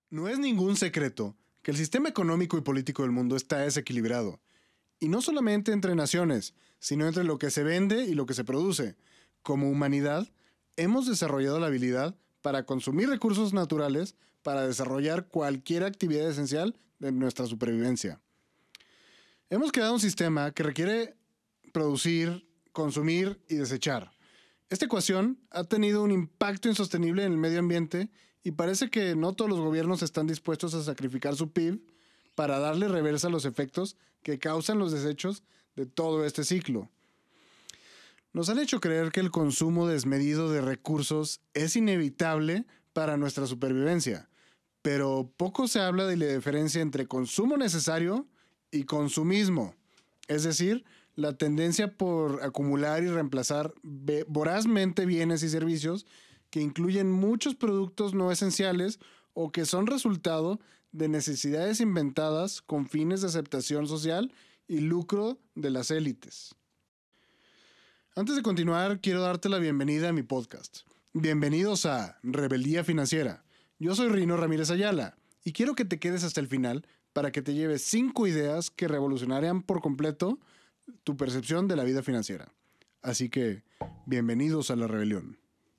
No es ningún secreto que el sistema económico y político del mundo está desequilibrado. Y no solamente entre naciones, sino entre lo que se vende y lo que se produce. Como humanidad, hemos desarrollado la habilidad para consumir recursos naturales para desarrollar cualquier actividad esencial de nuestra supervivencia. Hemos creado un sistema que requiere producir, consumir y desechar. Esta ecuación ha tenido un impacto insostenible en el medio ambiente y parece que no todos los gobiernos están dispuestos a sacrificar su PIB para darle reversa a los efectos que causan los desechos de todo este ciclo. Nos han hecho creer que el consumo desmedido de recursos es inevitable para nuestra supervivencia, pero poco se habla de la diferencia entre consumo necesario y consumismo, es decir, la tendencia por acumular y reemplazar vorazmente bienes y servicios que incluyen muchos productos no esenciales o que son resultado de necesidades inventadas con fines de aceptación social y lucro de las élites. Antes de continuar, quiero darte la bienvenida a mi podcast. Bienvenidos a Rebeldía Financiera. Yo soy Rino Ramírez Ayala y quiero que te quedes hasta el final para que te lleves 5 ideas que revolucionarían por completo tu percepción de la vida financiera. Así que, bienvenidos a la rebelión.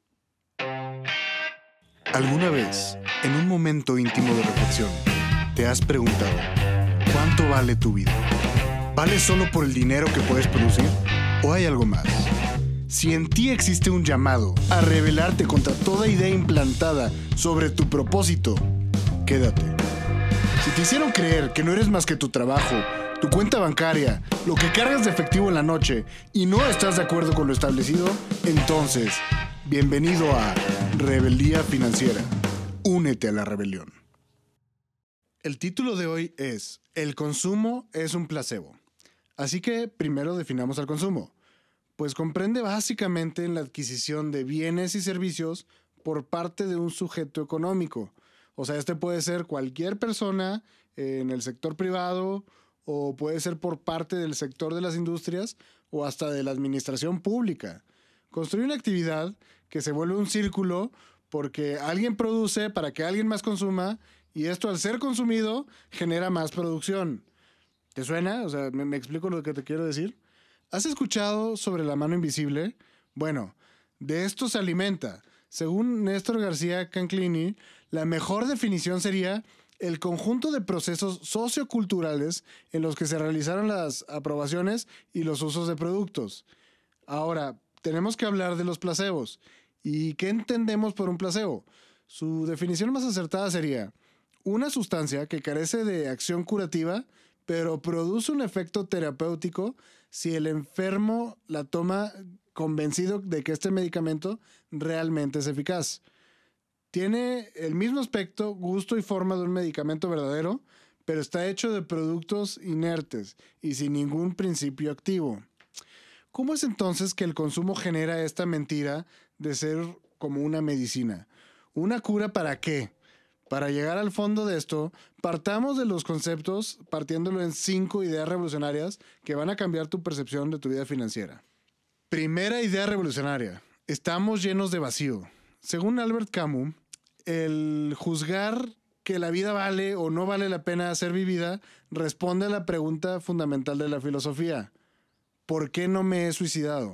¿Alguna vez, en un momento íntimo de reflexión, te has preguntado cuánto vale tu vida? ¿Vale solo por el dinero que puedes producir? ¿O hay algo más? Si en ti existe un llamado a rebelarte contra toda idea implantada sobre tu propósito, quédate. Si te hicieron creer que no eres más que tu trabajo, tu cuenta bancaria, lo que cargas de efectivo en la noche y no estás de acuerdo con lo establecido, entonces, bienvenido a Rebeldía Financiera. Únete a la rebelión. El título de hoy es El consumo es un placebo. Así que primero definamos el consumo. Pues comprende básicamente la adquisición de bienes y servicios por parte de un sujeto económico. O sea, este puede ser cualquier persona en el sector privado o puede ser por parte del sector de las industrias o hasta de la administración pública. Construye una actividad que se vuelve un círculo porque alguien produce para que alguien más consuma y esto al ser consumido genera más producción. ¿Te suena? O sea, ¿me explico lo que te quiero decir? ¿Has escuchado sobre la mano invisible? Bueno, de esto se alimenta. Según Néstor García Canclini, la mejor definición sería el conjunto de procesos socioculturales en los que se realizaron las aprobaciones y los usos de productos. Ahora, tenemos que hablar de los placebos. ¿Y qué entendemos por un placebo? Su definición más acertada sería una sustancia que carece de acción curativa, pero produce un efecto terapéutico si el enfermo la toma convencido de que este medicamento realmente es eficaz. Tiene el mismo aspecto, gusto y forma de un medicamento verdadero, pero está hecho de productos inertes y sin ningún principio activo. ¿Cómo es entonces que el consumo genera esta mentira de ser como una medicina? ¿Una cura para qué? Para llegar al fondo de esto, partamos de los conceptos partiéndolo en 5 ideas revolucionarias que van a cambiar tu percepción de tu vida financiera. Primera idea revolucionaria. Estamos llenos de vacío. Según Albert Camus, el juzgar que la vida vale o no vale la pena ser vivida responde a la pregunta fundamental de la filosofía. ¿Por qué no me he suicidado?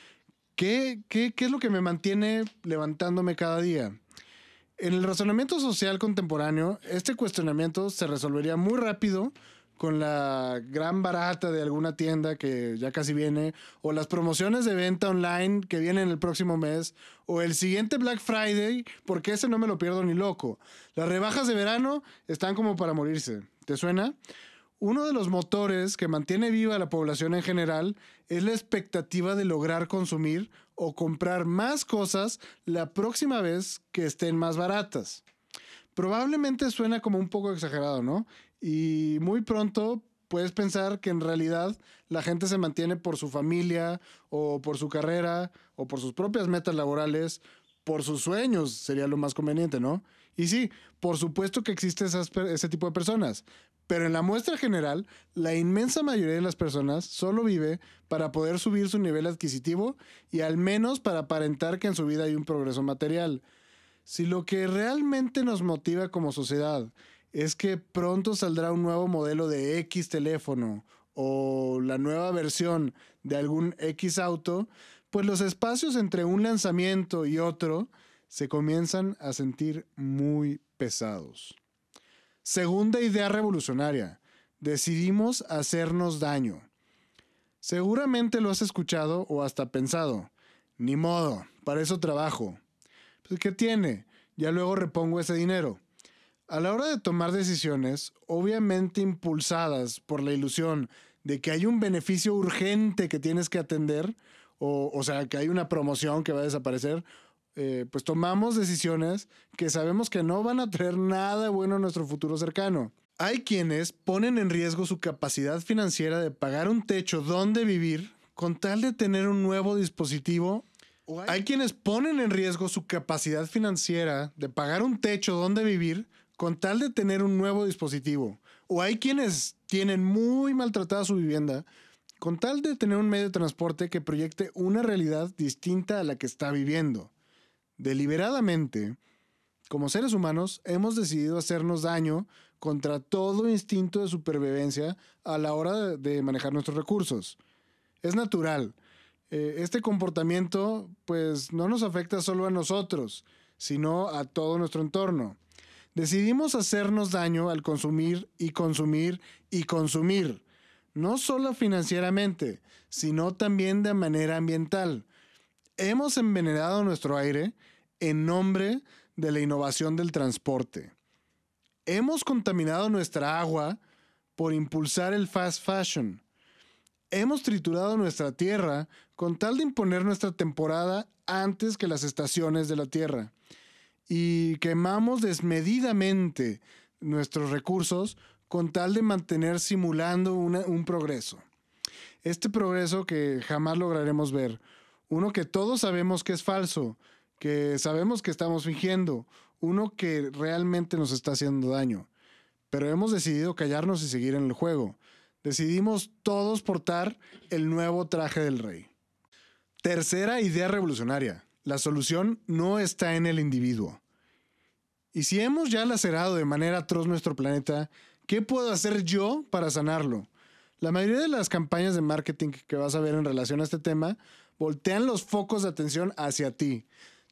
¿Qué es lo que me mantiene levantándome cada día? En el razonamiento social contemporáneo, este cuestionamiento se resolvería muy rápido con la gran barata de alguna tienda que ya casi viene, o las promociones de venta online que vienen el próximo mes, o el siguiente Black Friday, porque ese no me lo pierdo ni loco. Las rebajas de verano están como para morirse. ¿Te suena? Uno de los motores que mantiene viva a la población en general es la expectativa de lograr consumir o comprar más cosas la próxima vez que estén más baratas. Probablemente suena como un poco exagerado, ¿no? Y muy pronto puedes pensar que en realidad la gente se mantiene por su familia o por su carrera o por sus propias metas laborales, por sus sueños sería lo más conveniente, ¿no? Y sí, por supuesto que existe ese tipo de personas, pero en la muestra general, la inmensa mayoría de las personas solo vive para poder subir su nivel adquisitivo y al menos para aparentar que en su vida hay un progreso material. Si lo que realmente nos motiva como sociedad es que pronto saldrá un nuevo modelo de X teléfono o la nueva versión de algún X auto, pues los espacios entre un lanzamiento y otro se comienzan a sentir muy pesados. Segunda idea revolucionaria. Decidimos hacernos daño. Seguramente lo has escuchado o hasta pensado. Ni modo, para eso trabajo. Pues, ¿qué tiene? Ya luego repongo ese dinero. A la hora de tomar decisiones, obviamente impulsadas por la ilusión de que hay un beneficio urgente que tienes que atender, o sea, que hay una promoción que va a desaparecer, pues tomamos decisiones que sabemos que no van a traer nada bueno a nuestro futuro cercano. Hay quienes ponen en riesgo su capacidad financiera de pagar un techo donde vivir con tal de tener un nuevo dispositivo. Hay quienes ponen en riesgo su capacidad financiera de pagar un techo donde vivir con tal de tener un nuevo dispositivo. O hay quienes tienen muy maltratada su vivienda con tal de tener un medio de transporte que proyecte una realidad distinta a la que está viviendo. Deliberadamente, como seres humanos, hemos decidido hacernos daño contra todo instinto de supervivencia a la hora de manejar nuestros recursos. Es natural. Este comportamiento, pues, no nos afecta solo a nosotros, sino a todo nuestro entorno. Decidimos hacernos daño al consumir y consumir y consumir, no solo financieramente, sino también de manera ambiental. Hemos envenenado nuestro aire en nombre de la innovación del transporte. Hemos contaminado nuestra agua por impulsar el fast fashion. Hemos triturado nuestra tierra con tal de imponer nuestra temporada antes que las estaciones de la tierra. Y quemamos desmedidamente nuestros recursos con tal de mantener simulando un progreso. Este progreso que jamás lograremos ver. Uno que todos sabemos que es falso, que sabemos que estamos fingiendo, uno que realmente nos está haciendo daño. Pero hemos decidido callarnos y seguir en el juego. Decidimos todos portar el nuevo traje del rey. Tercera idea revolucionaria. La solución no está en el individuo. Y si hemos ya lacerado de manera atroz nuestro planeta, ¿qué puedo hacer yo para sanarlo? La mayoría de las campañas de marketing que vas a ver en relación a este tema voltean los focos de atención hacia ti.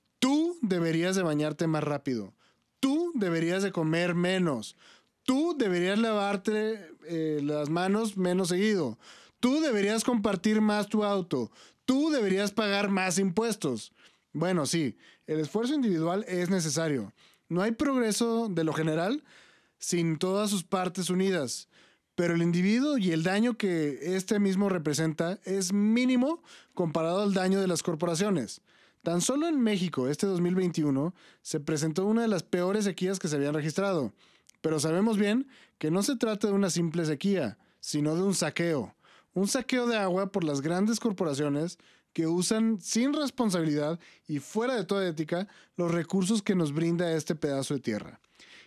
Tú deberías de bañarte más rápido. Tú deberías de comer menos. Tú deberías lavarte las manos menos seguido. Tú deberías compartir más tu auto. Tú deberías pagar más impuestos. Bueno, sí, el esfuerzo individual es necesario. No hay progreso de lo general sin todas sus partes unidas. Pero el individuo y el daño que este mismo representa es mínimo comparado al daño de las corporaciones. Tan solo en México, este 2021, se presentó una de las peores sequías que se habían registrado. Pero sabemos bien que no se trata de una simple sequía, sino de un saqueo. Un saqueo de agua por las grandes corporaciones que usan sin responsabilidad y fuera de toda ética los recursos que nos brinda este pedazo de tierra.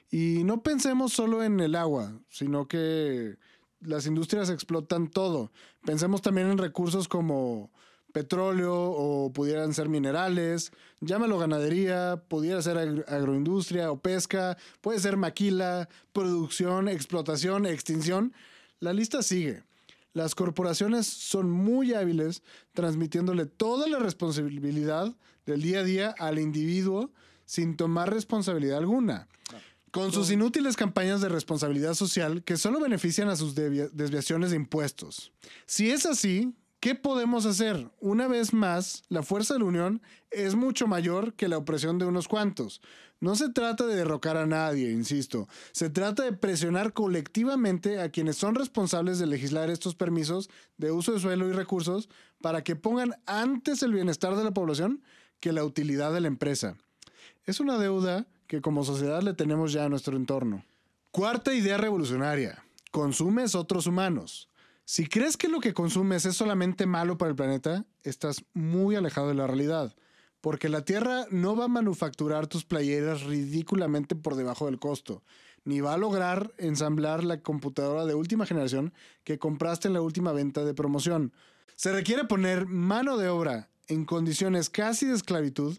Y no pensemos solo en el agua, sino que las industrias explotan todo. Pensemos también en recursos como petróleo o pudieran ser minerales, llámalo ganadería, pudiera ser agroindustria o pesca, puede ser maquila, producción, explotación, extinción. La lista sigue. Las corporaciones son muy hábiles transmitiéndole toda la responsabilidad del día a día al individuo sin tomar responsabilidad alguna. Con sus inútiles campañas de responsabilidad social que solo benefician a sus desviaciones de impuestos. Si es así, ¿qué podemos hacer? Una vez más, la fuerza de la unión es mucho mayor que la opresión de unos cuantos. No se trata de derrocar a nadie, insisto. Se trata de presionar colectivamente a quienes son responsables de legislar estos permisos de uso de suelo y recursos para que pongan antes el bienestar de la población que la utilidad de la empresa. Es una deuda que como sociedad le tenemos ya a nuestro entorno. Cuarta idea revolucionaria. Consumes otros humanos. Si crees que lo que consumes es solamente malo para el planeta, estás muy alejado de la realidad, porque la Tierra no va a manufacturar tus playeras ridículamente por debajo del costo, ni va a lograr ensamblar la computadora de última generación que compraste en la última venta de promoción. Se requiere poner mano de obra en condiciones casi de esclavitud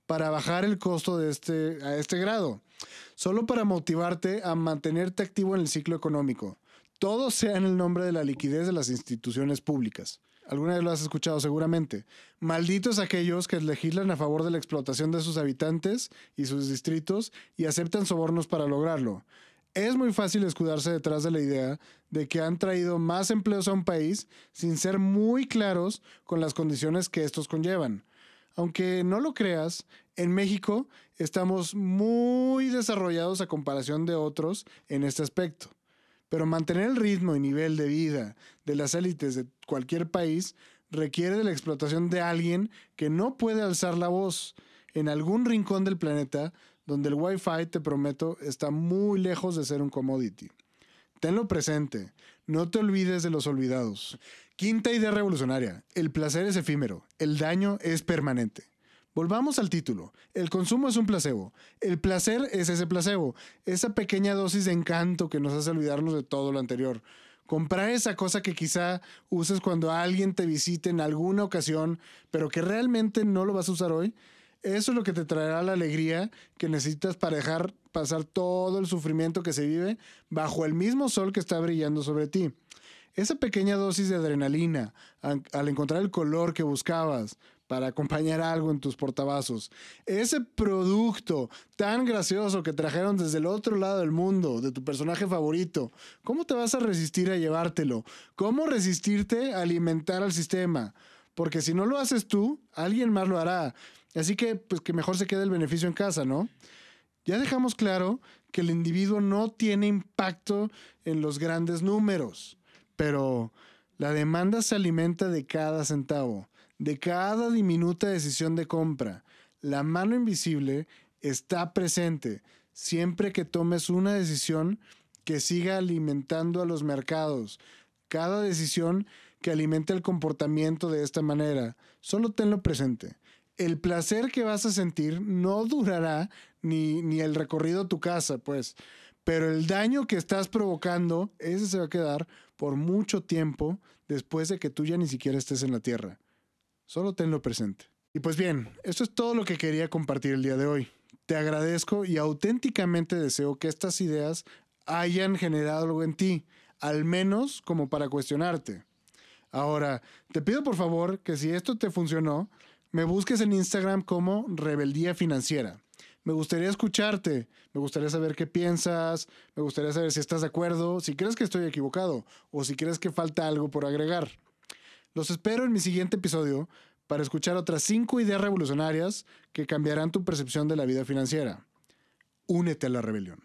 para bajar el costo a este grado, solo para motivarte a mantenerte activo en el ciclo económico. Todo sea en el nombre de la liquidez de las instituciones públicas. Alguna vez lo has escuchado seguramente. Malditos aquellos que legislan a favor de la explotación de sus habitantes y sus distritos y aceptan sobornos para lograrlo. Es muy fácil escudarse detrás de la idea de que han traído más empleos a un país sin ser muy claros con las condiciones que estos conllevan. Aunque no lo creas, en México estamos muy desarrollados a comparación de otros en este aspecto. Pero mantener el ritmo y nivel de vida de las élites de cualquier país requiere de la explotación de alguien que no puede alzar la voz en algún rincón del planeta donde el Wi-Fi, te prometo, está muy lejos de ser un commodity. Tenlo presente, no te olvides de los olvidados. Quinta idea revolucionaria: el placer es efímero, el daño es permanente. Volvamos al título. El consumo es un placebo. El placer es ese placebo, esa pequeña dosis de encanto que nos hace olvidarnos de todo lo anterior. Comprar esa cosa que quizá uses cuando alguien te visite en alguna ocasión, pero que realmente no lo vas a usar hoy, eso es lo que te traerá la alegría que necesitas para dejar pasar todo el sufrimiento que se vive bajo el mismo sol que está brillando sobre ti. Esa pequeña dosis de adrenalina al encontrar el color que buscabas para acompañar algo en tus portavasos. Ese producto tan gracioso que trajeron desde el otro lado del mundo, de tu personaje favorito. ¿Cómo te vas a resistir a llevártelo? ¿Cómo resistirte a alimentar al sistema? Porque si no lo haces tú, alguien más lo hará. Así que, pues que mejor se quede el beneficio en casa, ¿no? Ya dejamos claro que el individuo no tiene impacto en los grandes números, pero la demanda se alimenta de cada centavo, de cada diminuta decisión de compra. La mano invisible está presente siempre que tomes una decisión que siga alimentando a los mercados. Cada decisión que alimente el comportamiento de esta manera. Solo tenlo presente. El placer que vas a sentir no durará ni el recorrido a tu casa, pues. Pero el daño que estás provocando, ese se va a quedar por mucho tiempo después de que tú ya ni siquiera estés en la Tierra. Solo tenlo presente. Y pues bien, esto es todo lo que quería compartir el día de hoy. Te agradezco y auténticamente deseo que estas ideas hayan generado algo en ti, al menos como para cuestionarte. Ahora, te pido por favor que si esto te funcionó, me busques en Instagram como Rebeldía Financiera. Me gustaría escucharte, me gustaría saber qué piensas, me gustaría saber si estás de acuerdo, si crees que estoy equivocado o si crees que falta algo por agregar. Los espero en mi siguiente episodio para escuchar otras 5 ideas revolucionarias que cambiarán tu percepción de la vida financiera. Únete a la rebelión.